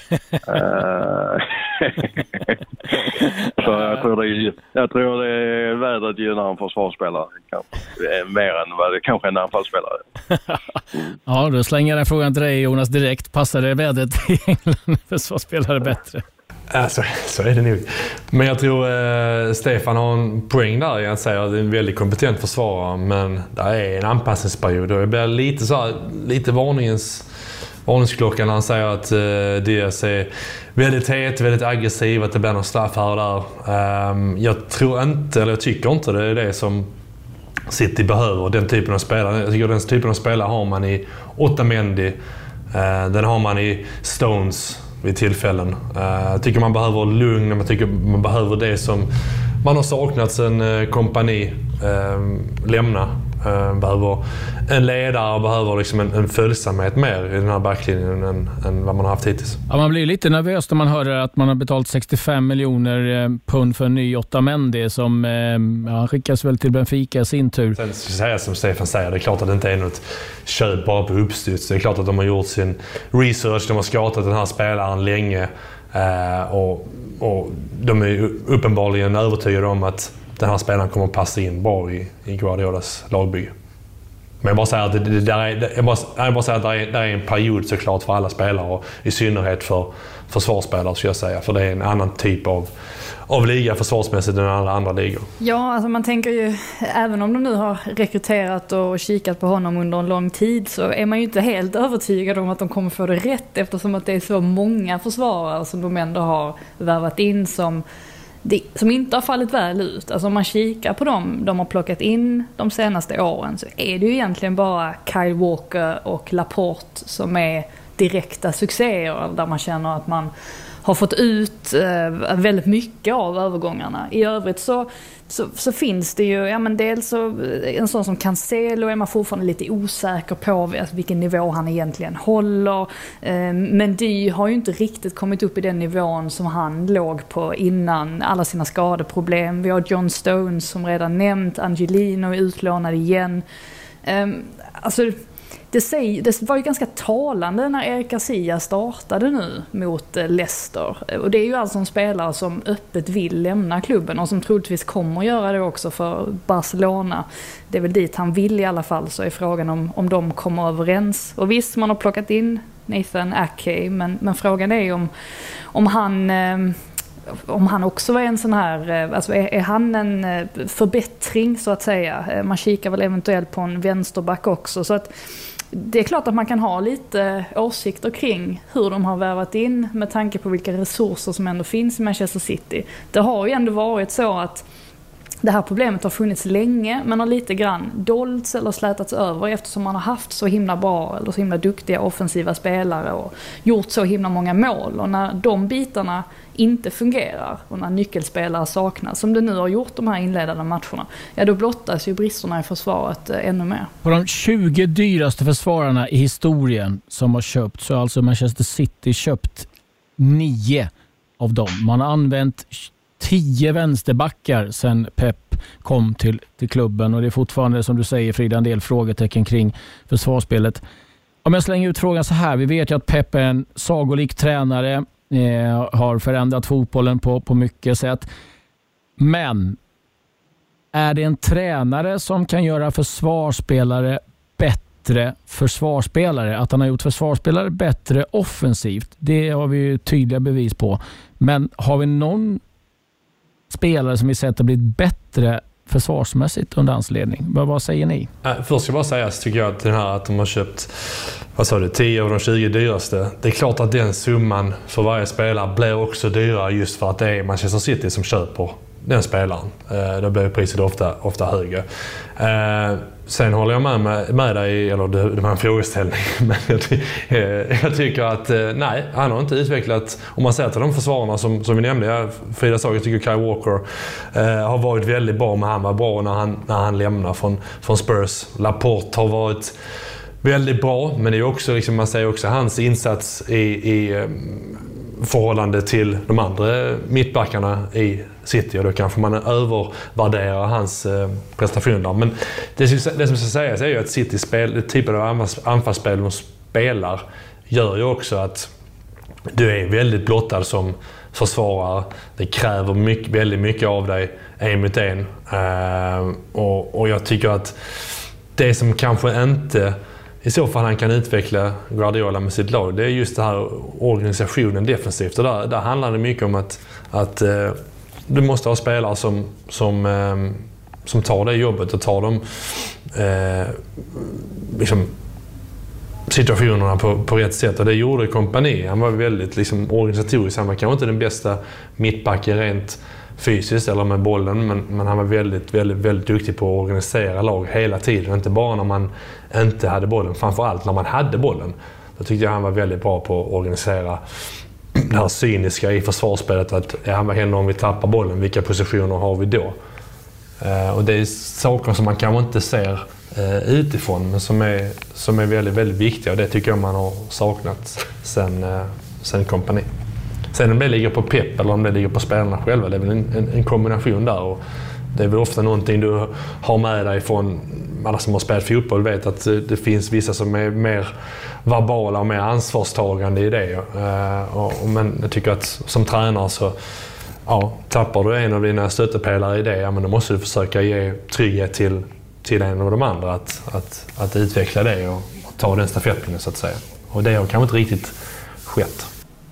Så jag tror, det, jag tror det är vädret gynnar en försvarsspelare. Mer än vad det kanske är en anfallsspelare. Mm. Ja, då slänger jag frågan till dig, Jonas, direkt. Passar det vädret i England försvarsspelare bättre? Alltså, så är det nog. Men jag tror eh, Stefan har en poäng där. Jag säger att det är en väldigt kompetent försvarare, men det är en anpassningsperiod. Och jag blir lite så här, lite varningens, varningsklockan när han säger att eh, Dias är väldigt het, väldigt aggressiv, att det blir någon straff här och där. Um, jag tror inte, eller jag tycker inte det är det som City behöver, den typen av spelare. Jag tycker den typen av spelare har man i Otamendi, uh, den har man i Stones vid tillfällen. Uh, jag tycker man behöver lugn, man tycker man behöver det som man har saknat sen uh, kompani uh, lämna. Uh, behöver en ledare, behöver liksom en, en följsamhet mer i den här backlinjen än, än vad man har haft hittills. Ja, man blir lite nervös när man hör att man har betalt sextiofem miljoner pund för en ny Otamendi som eh, ja, skickas väl till Benfica i sin tur. Sen ska jag säga som Stefan säger, det är klart att det inte är något köp bara på uppstuds. Det är klart att de har gjort sin research, de har skatat den här spelaren länge eh, och, och de är uppenbarligen övertygade om att den här spelaren kommer att passa in bra i, i Guardiolas lagbygge. Men jag bara säger att det, det där är, jag bara, jag bara säger att det är, det är en period såklart för alla spelare, och i synnerhet för försvarsspelare, ska jag säga. För det är en annan typ av, av liga försvarsmässigt än alla andra ligor. Ja, alltså man tänker ju, även om de nu har rekryterat och kikat på honom under en lång tid, så är man ju inte helt övertygad om att de kommer få det rätt, eftersom att det är så många försvarare som de ändå har värvat in som Det, som inte har fallit väl ut. Alltså om man kikar på dem de har plockat in de senaste åren, så är det ju egentligen bara Kyle Walker och Laporte som är direkta succéer, där man känner att man har fått ut eh, väldigt mycket av övergångarna. I övrigt så, så, så finns det ju, ja men dels så, en sån som Cancelo är man fortfarande lite osäker på alltså, vilken nivå han egentligen håller. Eh, men Dy har ju inte riktigt kommit upp i den nivån som han låg på innan alla sina skadeproblem. Vi har John Stones som redan nämnt, Angelino är utlånad igen. Eh, alltså det, säger, det var ju ganska talande när Eric Garcia startade nu mot Leicester. Och det är ju alltså en spelare som öppet vill lämna klubben och som troligtvis kommer att göra det också för Barcelona. Det är väl dit han vill i alla fall, så är frågan om, om de kommer överens. Och visst, man har plockat in Nathan Ake, men, men frågan är ju om, om han... Eh, om han också var en sån här, alltså är, är han en förbättring så att säga. Man kikar väl eventuellt på en vänsterback också, så att det är klart att man kan ha lite åsikter kring hur de har värvat in med tanke på vilka resurser som ändå finns i Manchester City. Det har ju ändå varit så att det här problemet har funnits länge, men har lite grann dolts eller slätats över eftersom man har haft så himla bra eller så himla duktiga offensiva spelare och gjort så himla många mål. Och när de bitarna inte fungerar och när nyckelspelare saknas, som det nu har gjort de här inledande matcherna, ja då blottas ju bristerna i försvaret ännu mer. På de tjugo dyraste försvararna i historien som har köpt, så har alltså Manchester City köpt nio av dem. Man har använt tio vänsterbackar sen Pep kom till, till klubben, och det är fortfarande, som du säger Frida, en del frågetecken kring försvarsspelet. Om jag slänger ut frågan så här, vi vet ju att Pep är en sagolik tränare, eh, har förändrat fotbollen på, på mycket sätt, men är det en tränare som kan göra försvarsspelare bättre försvarsspelare? Att han har gjort försvarsspelare bättre offensivt, det har vi ju tydliga bevis på, men har vi någon spelare som vi sett har blivit bättre försvarsmässigt under hans ledning? Vad, vad säger ni? Först ska jag bara säga, så tycker jag att den här att de har köpt, vad sa du, tio av de tjugo dyraste. Det är klart att den summan för varje spelare blir också dyrare just för att det är Manchester City som köper den spelaren. Då blir priset ofta, ofta högre. Sen håller jag med, med, med dig, eller det, det var en frågeställning, men jag, jag tycker att nej, han har inte utvecklat, om man ser till de försvararna som, som vi nämnde, jag, Frida sa, jag tycker Kyle Walker eh, har varit väldigt bra, men han var bra när han, när han lämnar från, från Spurs. Laporte har varit väldigt bra, men det är också, liksom, man säger också hans insats i, i förhållande till de andra mittbackarna i City, och då kanske man övervärderar hans eh, prestationer. Men det, det som ska sägas är ju att City spel, det typen av anfallsspel de spelar gör ju också att du är väldigt blottad som försvarare. Det kräver mycket, väldigt mycket av dig en mot en. Eh, och, och jag tycker att det som kanske inte i så fall han kan utveckla Guardiola med sitt lag, det är just det här organisationen defensivt. Och där, där handlar det mycket om att, att eh, du måste ha spelare som, som, eh, som tar det jobbet och tar de eh, liksom, situationerna på, på rätt sätt. Och det gjorde Kompani. Han var väldigt liksom, organisatorisk. Han var kanske inte den bästa mittbacken rent fysiskt eller med bollen, men, men han var väldigt, väldigt, väldigt duktig på att organisera lag hela tiden. Inte bara när man inte hade bollen, framförallt när man hade bollen. Då tyckte jag han var väldigt bra på att organisera det här cyniska i försvarsspelet, att ja, vad händer om vi tappar bollen? Vilka positioner har vi då? Uh, och det är saker som man kanske inte ser uh, utifrån, men som är, som är väldigt, väldigt viktiga, och det tycker jag man har saknat sen, uh, sen Kompani. Sen om det ligger på Pep eller om det ligger på spelarna själva, det är väl en, en, en kombination där, och det är väl ofta någonting du har med dig från alla som har spelat fotboll, vet att det finns vissa som är mer verbala och mer ansvarstagande i det. Uh, och, men jag tycker att som tränare så ja, tappar du en av dina stöttepelare i det, ja, men då måste du försöka ge trygghet till, till en av de andra att, att, att utveckla det och, och ta den stafetten så att säga. Och det har kanske inte riktigt skett.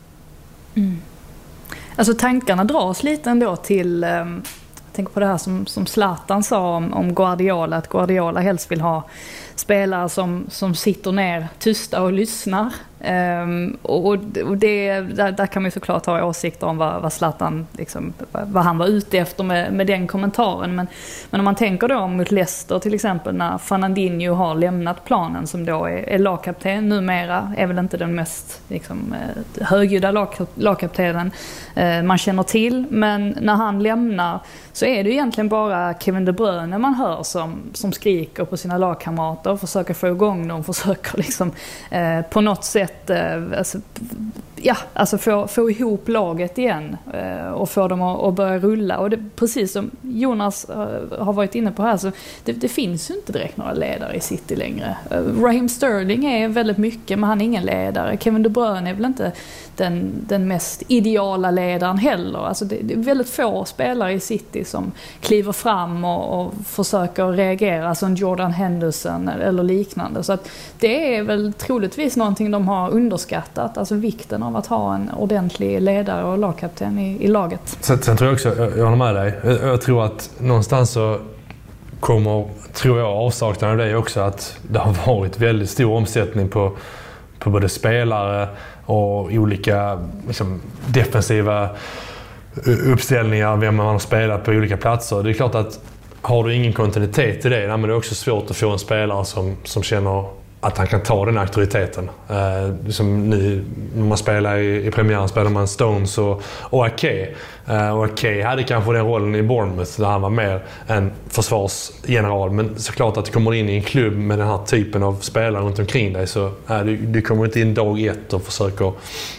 Mm. Alltså tankarna dras lite ändå till, um, jag tänker på det här som, som Zlatan sa om, om Guardiola, att Guardiola helst vill ha spelare som, som sitter ner tysta och lyssnar. Um, och och det, där, där kan man ju såklart ha åsikter om vad, vad Zlatan liksom, vad han var ute efter med, med den kommentaren. Men, men om man tänker då mot Leicester till exempel, när Fernandinho har lämnat planen, som då är, är lagkapten numera, är väl inte den mest liksom, högljudda lag, lagkaptenen uh, man känner till. Men när han lämnar så är det egentligen bara Kevin De Bruyne man hör som, som skriker på sina lagkamrater. fortsätter, försöker få igång dem, försöker liksom eh, på något sätt eh, alltså, ja, alltså få, få ihop laget igen eh, och få dem att, att börja rulla. Och det, precis som Jonas eh, har varit inne på här, så det, det finns ju inte direkt några ledare i City längre. Eh, Raheem Sterling är väldigt mycket, men han är ingen ledare. Kevin De Bruyne är väl inte den, den mest ideala ledaren heller. Alltså det, det är väldigt få spelare i City som kliver fram och, och försöker reagera som Jordan Henderson eller liknande. Så att det är väl troligtvis någonting de har underskattat, alltså vikten av att ha en ordentlig ledare och lagkapten i, i laget. Sen, sen tror jag också, jag, jag håller med dig, jag, jag tror att någonstans så kommer, tror jag, avsaknaden av det också, att det har varit väldigt stor omsättning på, på både spelare och olika liksom, defensiva uppställningar, vem man har spelat på olika platser. Det är klart att har du ingen kontinuitet i det, men det är också svårt att få en spelare som, som känner att han kan ta den auktoriteten. Eh, som nu, när man spelar i, i premiären spelar man Stones och, och Ake. Eh, och Ake hade kanske den rollen i Bournemouth där han var mer en försvarsgeneral. Men såklart att du kommer in i en klubb med den här typen av spelare runt omkring dig, så eh, du, du kommer inte in dag ett och försöker,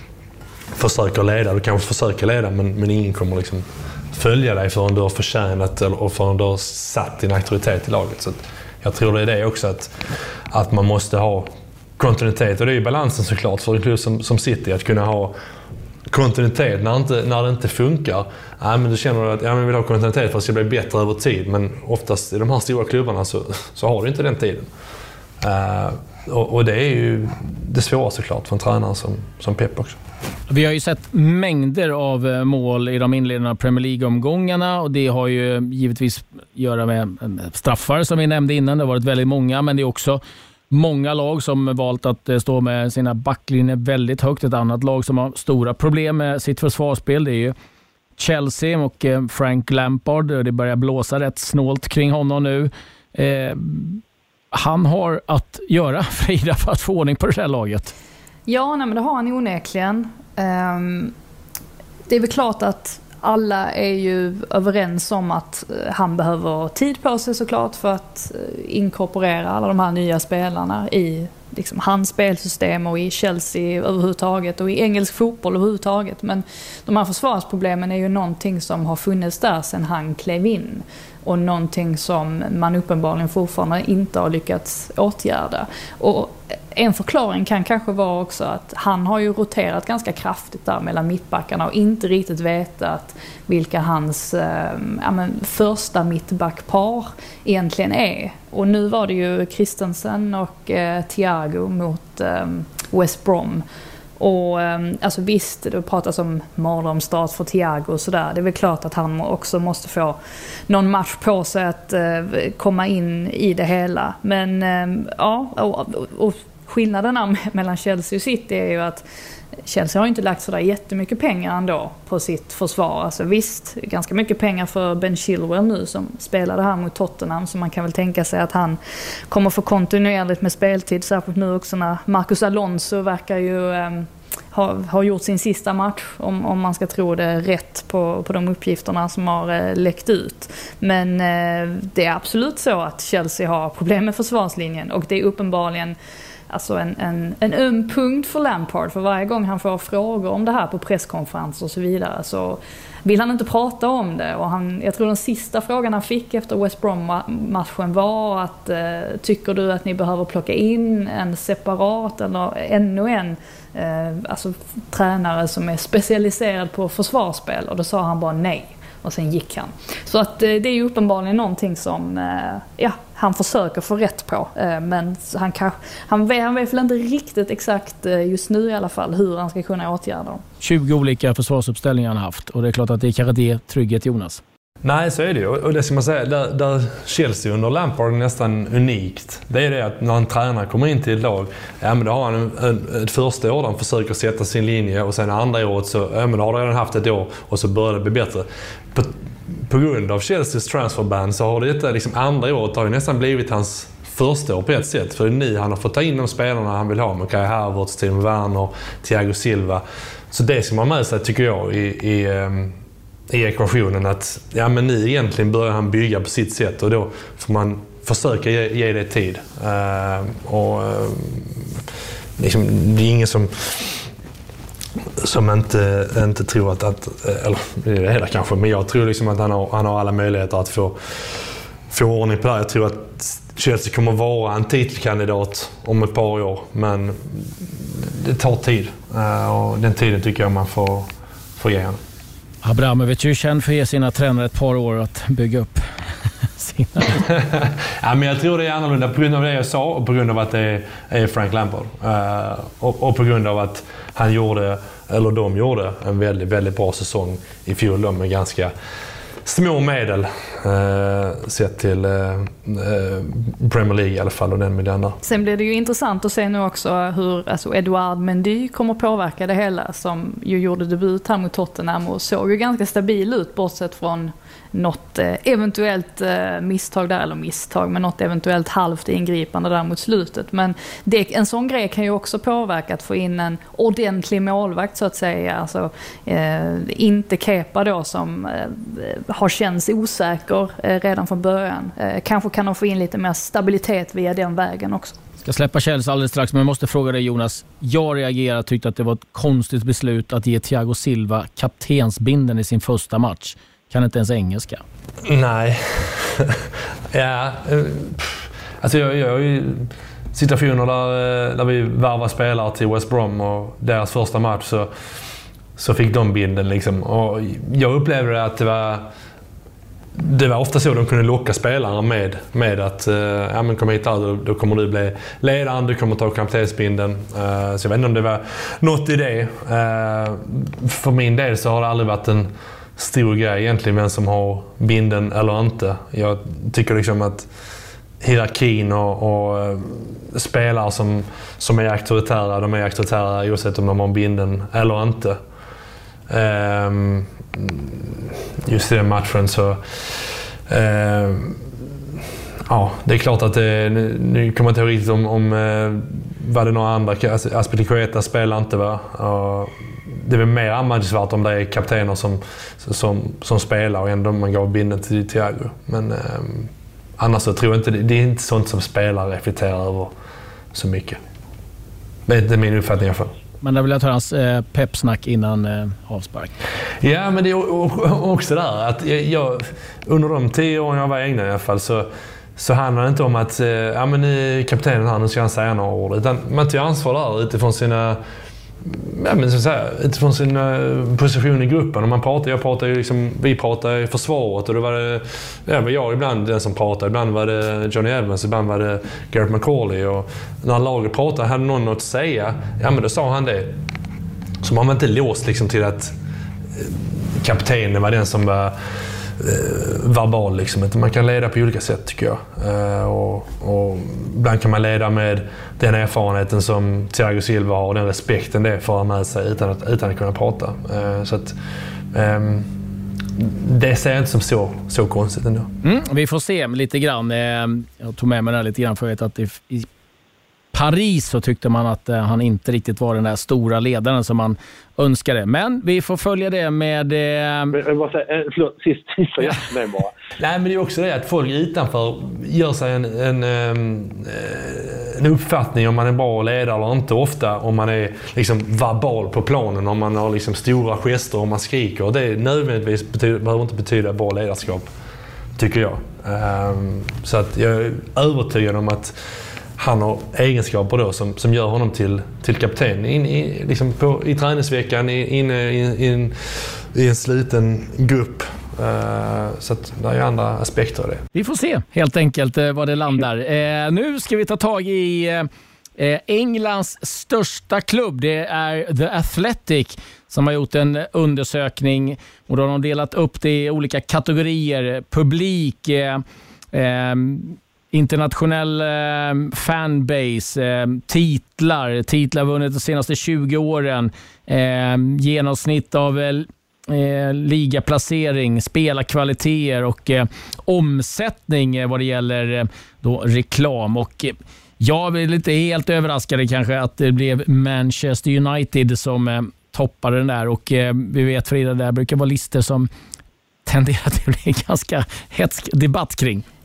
försöker leda. Du kanske försöker leda, men, men ingen kommer liksom följa dig förrän du har förtjänat eller, och förrän du har satt din auktoritet i laget. Så att, jag tror det är det också, att, att man måste ha kontinuitet. Och det är ju balansen såklart för en klubb som, som City, att kunna ha kontinuitet när, inte, när det inte funkar. Ja, men du känner att ja, men vill ha kontinuitet för att det ska bli bättre över tid. Men oftast i de här stora klubbarna så, så har du inte den tiden. Uh, och, och det är ju det svåra såklart för en tränare som, som Pep också. Vi har ju sett mängder av mål i de inledande Premier League-omgångarna, och det har ju givetvis att göra med straffar som vi nämnde innan. Det har varit väldigt många, men det är också många lag som valt att stå med sina backlinjer väldigt högt. Ett annat lag som har stora problem med sitt försvarsspel, det är ju Chelsea och Frank Lampard. Det börjar blåsa rätt snålt kring honom nu. Eh, han har att göra, Frida, för att få ordning på det här laget. Ja, nej, men det har han onekligen. Um, det är väl klart att alla är ju överens om att han behöver tid på sig såklart för att inkorporera alla de här nya spelarna i liksom hans spelsystem och i Chelsea överhuvudtaget och i engelsk fotboll överhuvudtaget. Men de här försvarsproblemen är ju någonting som har funnits där sedan han klev in. Och någonting som man uppenbarligen fortfarande inte har lyckats åtgärda. Och en förklaring kan kanske vara också att han har ju roterat ganska kraftigt där mellan mittbackarna och inte riktigt vetat vilka hans eh, ja, men första mittbackpar egentligen är. Och nu var det ju Christensen och eh, Thiago mot eh, West Brom. Och alltså visst, det pratas om mardrömsstart för Thiago och sådär. Det är väl klart att han också måste få någon match på sig att eh, komma in i det hela. Men eh, ja, och, och skillnaden mellan Chelsea och City är ju att Chelsea har inte lagt sådär jättemycket pengar ändå på sitt försvar. Alltså visst, ganska mycket pengar för Ben Chilwell nu som spelade här mot Tottenham, så man kan väl tänka sig att han kommer få kontinuerligt med speltid, särskilt nu också när Marcus Alonso verkar ju eh, ha, ha gjort sin sista match, om, om man ska tro det rätt på, på de uppgifterna som har eh, läckt ut. Men eh, det är absolut så att Chelsea har problem med försvarslinjen, och det är uppenbarligen alltså en, en, en öm punkt för Lampard, för varje gång han får frågor om det här på presskonferenser och så vidare så vill han inte prata om det. Och han, jag tror den sista frågan han fick efter West Brom-matchen var att eh, tycker du att ni behöver plocka in en separat eller ännu en eh, alltså, tränare som är specialiserad på försvarsspel, och då sa han bara nej. Och sen gick han. Så att det är ju uppenbarligen någonting som ja, han försöker få rätt på. Men han, kan, han, vet, han vet väl inte riktigt exakt just nu i alla fall hur han ska kunna åtgärda dem. tjugo olika försvarsuppställningar han haft, och det är klart att det kanske det trygghet, Jonas. Nej, så är det ju. Och det ska man säga, där, där Chelsea under Lampard är nästan unikt. Det är det att när en tränare kommer in till ett lag, ja men då har han en, en, ett första år där han försöker sätta sin linje, och sen andra året så, ja men då har han redan haft ett år och så börjar det bli bättre. På, på grund av Chelseas transferban så har det liksom andra året har ju nästan blivit hans första år på ett sätt. För nu han har fått ta in de spelarna han vill ha med Kai Havertz, Timo Werner, Thiago Silva. Så det ska man med sig, tycker jag, i, i i ekvationen att ja, men nu egentligen börjar han bygga på sitt sätt, och då får man försöka ge, ge det tid. Uh, och uh, liksom, det är ingen som som inte, inte tror att, att eller det är det kanske, men jag tror liksom att han har, han har alla möjligheter att få, få ordning på det här. Jag tror att Chelsea kommer vara en titelkandidat om ett par år, men det tar tid. Och den tiden tycker jag man får, får ge honom. Abramovic är ju känd för att ge sina tränare ett par år att bygga upp sina. Ja, men jag tror det är annorlunda på grund av det jag sa och på grund av att det är Frank Lampard. Uh, och, och på grund av att han gjorde, eller de gjorde, en väldigt, väldigt bra säsong i fjol. De med ganska små medel uh, sett till uh, uh, Premier League i alla fall, och den med den där. Sen blir det ju intressant att se nu också hur alltså Edouard Mendy kommer påverka det hela, som ju gjorde debut här mot Tottenham och såg ju ganska stabil ut bortsett från något eh, eventuellt eh, misstag där, eller misstag, men något eventuellt halvt ingripande där mot slutet. Men det, en sån grej kan ju också påverka att få in en ordentlig målvakt så att säga. Alltså, eh, inte Kepa då som eh, har känts osäker eh, redan från början. Eh, kanske kan de få in lite mer stabilitet via den vägen också. Ska släppa Chelsea alldeles strax, men jag måste fråga dig Jonas. Jag reagerade, tyckte att det var ett konstigt beslut att ge Thiago Silva kaptensbinden i sin första match. Kan inte ens engelska? Nej. ja, alltså jag, jag har ju situationer där, där vi varvar spelare till West Brom och deras första match så, så fick de binden liksom. Och jag upplevde att det var det var ofta så de kunde locka spelare med, med att ja, men kom hit här, då, då kommer du bli ledaren, du kommer ta kaptensbinden. Uh, så jag vet inte om det var något i det. Uh, för min del så har det aldrig varit en stor grej egentligen vem som har binden eller inte. Jag tycker liksom att hierarkin och, och spelare som, som är auktoritära, de är auktoritära oavsett om de har binden eller inte. Um, just i den matchen så um, ja, det är klart att det, nu, nu kommer jag inte ihåg riktigt om, om uh, vad det några andra, Azpilicueta spelar inte va. Uh, det är väl mer anmärkningsvärt om det är kaptener som, som, som spelar och ändå man gav binden till Thiago. Men eh, annars så tror jag inte det, det är inte sånt som spelare reflekterar över så mycket. Det är inte min uppfattning i alla fall. Men där vill jag ta hans eh, peppsnack innan eh, avspark. Ja, men det är också där att jag, jag, under de tio år jag var i England i alla fall så så handlar det inte om att eh, ja, men nu kaptenen här, nu ska han säga några ord. Utan man tar ansvar där utifrån sina Ja, men så att säga, utifrån sin uh, position i gruppen. Och man pratar, jag pratar ju liksom, vi pratar i försvaret och då var det ja, var jag ibland den som pratade, ibland var det Johnny Evans, ibland var det Gareth McCauley. Och när laget pratade, hade någon något att säga, ja men då sa han det. Så man var inte låst liksom till att kaptenen var den som var verbal liksom. Man kan leda på olika sätt tycker jag. Uh, och, och ibland kan man leda med den erfarenheten som Thiago Silva har och den respekten det får med sig utan att, utan att kunna prata. Uh, så att um, det ser jag inte som så, så konstigt ändå. Mm, vi får se lite grann. Jag tog med mig det lite grann för att i, i Paris så tyckte man att han inte riktigt var den där stora ledaren som man önskade. Men vi får följa det med... Eh... Men, bara säga, förlåt, sist, sist för jag med bara. Nej, men det är också det att folk utanför gör sig en, en, en uppfattning om man är bra ledare eller inte. Ofta om man är liksom verbal på planen, om man har liksom stora gester och man skriker. Det är nödvändigtvis betyder, behöver inte betyda bra ledarskap, tycker jag. Um, så att jag är övertygad om att han har egenskaper då som, som gör honom till, till kapten in i, liksom på, i träningsveckan inne in, in, in, i en sluten grupp. Uh, så att det är andra aspekter av det. Vi får se helt enkelt uh, vad det landar. Uh, nu ska vi ta tag i uh, Englands största klubb. Det är The Athletic som har gjort en undersökning och då har de delat upp det i olika kategorier. Publik, uh, um, internationell eh, fanbase, eh, titlar, titlar vunnit de senaste tjugo åren, eh, genomsnitt av eh, ligaplacering, spelarkvaliteter och eh, omsättning eh, vad det gäller eh, då reklam. Och eh, jag är lite helt överraskad kanske att det blev Manchester United som eh, toppade den där och eh, vi vet Frida, det där brukar vara listor som tenderar att bli en ganska hetsk debatt kring.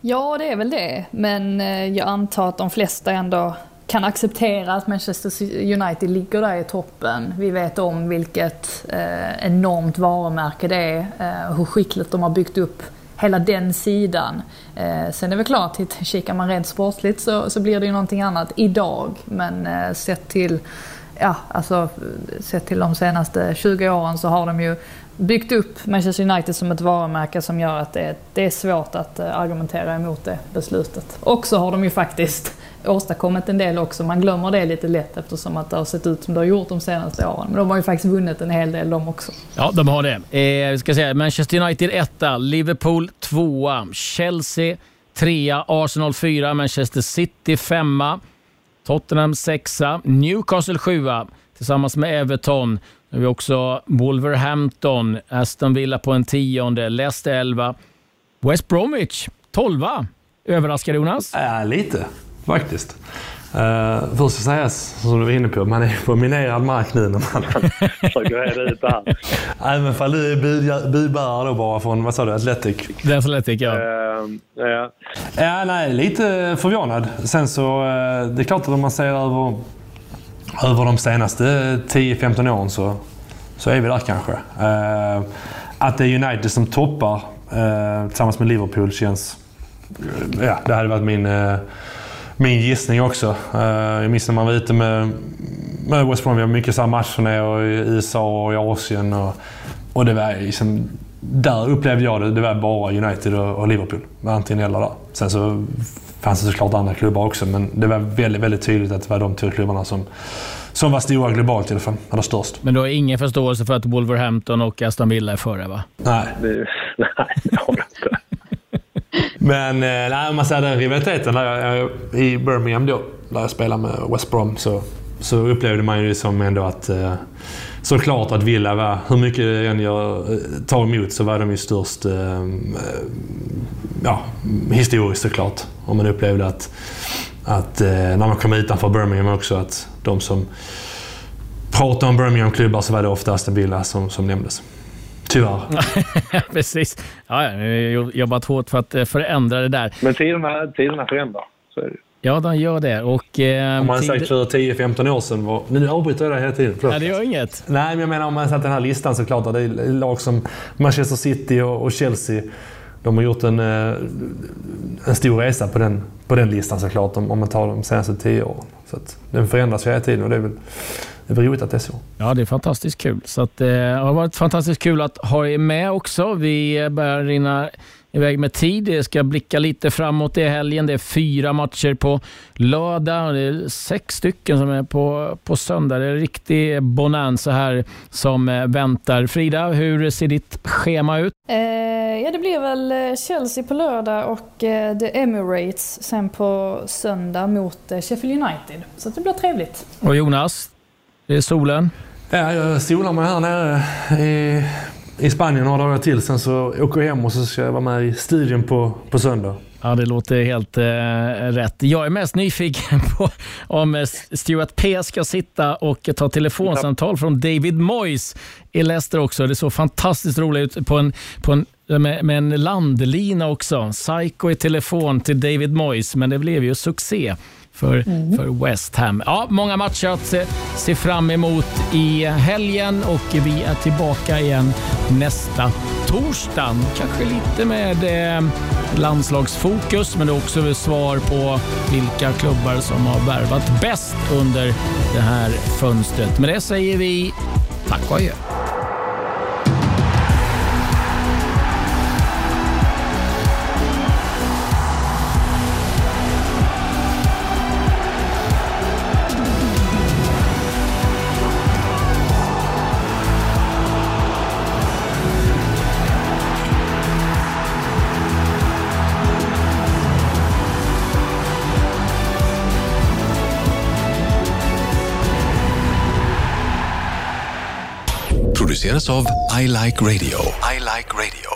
Ja, det är väl det. Men jag antar att de flesta ändå kan acceptera att Manchester United ligger där i toppen. Vi vet om vilket eh, enormt varumärke det är. Eh, hur skickligt de har byggt upp hela den sidan. Eh, sen är det väl klart, att kikar man rent sportligt så, så blir det ju någonting annat idag. Men eh, sett till ja, alltså, sett till de senaste tjugo åren så har de ju byggt upp Manchester United som ett varumärke som gör att det, det är svårt att uh, argumentera emot det beslutet. Och så har de ju faktiskt åstadkommit en del också. Man glömmer det lite lätt eftersom att det har sett ut som det har gjort de senaste åren. Men de har ju faktiskt vunnit en hel del de också. Ja, de har det. Eh, vi ska säga Manchester United etta, Liverpool tvåa, Chelsea trea, Arsenal fyra, Manchester City femma, Tottenham sexa, Newcastle sjua tillsammans med Everton. Nu har vi också Wolverhampton, Aston Villa på en tionde, Leicester elva, West Bromwich tolva. Överraskar Jonas? Ja, lite faktiskt. Uh, först ska sägas, som du var inne på, man är på minerad mark nu när man försöker reda ut det här. Även fall du är budbärare då bara från, vad sa du, Athletic? Det är Athletic, ja. Uh, ja. Ja, nej, lite förvånad. Sen så, uh, det är klart att om man ser över, över de senaste tio femton åren så, så är vi där kanske. Uh, att det är United som toppar uh, tillsammans med Liverpool känns, uh, ja, det hade varit min... Uh, Min gissning också. Jag minns när man var ute med, med West Brom. Vi har mycket samma matcher ner i U S A och i Asien. Och, och det var liksom, där upplevde jag det. Det var bara United och, och Liverpool. Antingen eller där. Sen så fanns det såklart andra klubbar också. Men det var väldigt, väldigt tydligt att det var de två klubbarna som, som var stora globalt i alla fall. Eller störst. Men du har ingen förståelse för att Wolverhampton och Aston Villa är före, va? Nej. Det, nej, det har jag inte. Men nej, om man säger den rivaliteten där jag, i Birmingham då, där jag spelar med West Brom, så, så upplevde man ju som ändå att eh, såklart att Villa var, hur mycket än jag tar emot så var de ju störst eh, ja, historiskt såklart. Om man upplevde att, att eh, när man kom utanför Birmingham också, att de som pratade om Birmingham-klubbar så var det oftast en Villa som, som nämndes. Tyvärr. Precis. Ja, jag har jobbat hårt för att förändra det där. Men tiderna, tiderna förändrar. Så är det. Ja, de gör det. Och, eh, om man tid... sagt för tio femton år sedan var... Nu avbryter jag det hela tiden. Nej, det gör inget. Nej, men jag menar om man satt den här listan så klart att det är lag som Manchester City och, och Chelsea. De har gjort en, en stor resa på den, på den listan såklart om, om man tar de senaste tio åren. Så att den förändras hela tiden och det är väl... Det är roligt att det är så. Ja, det är fantastiskt kul. Så att, eh, det har varit fantastiskt kul att ha er med också. Vi börjar rinna iväg med tid. Det ska blicka lite framåt i helgen. Det är fyra matcher på lördag. Det är sex stycken som är på, på söndag. Det är en riktig bonanza här som väntar. Frida, hur ser ditt schema ut? Eh, ja, det blir väl Chelsea på lördag och eh, The Emirates sen på söndag mot eh, Sheffield United. Så det blir trevligt. Och Jonas? Det är solen. Ja, jag solar mig här nere i, i Spanien några dagar till. Sen så åker jag hem och så ska jag vara med i studion på, på söndag. Ja, det låter helt eh, rätt. Jag är mest nyfiken på om Stuart P ska sitta och ta telefonsamtal från David Moyes i Leicester också. Det såg fantastiskt roligt ut på en, på en, med, med en landlina också. Psycho i telefon till David Moyes, men det blev ju succé för, mm. för West Ham. Ja, många matcher att se, se fram emot i helgen och vi är tillbaka igen nästa torsdag. Kanske lite med eh, landslagsfokus, men det är också svar på vilka klubbar som har värvat bäst under det här fönstret. Med det säger vi tack och adjö. Produceras av I Like Radio. I Like Radio.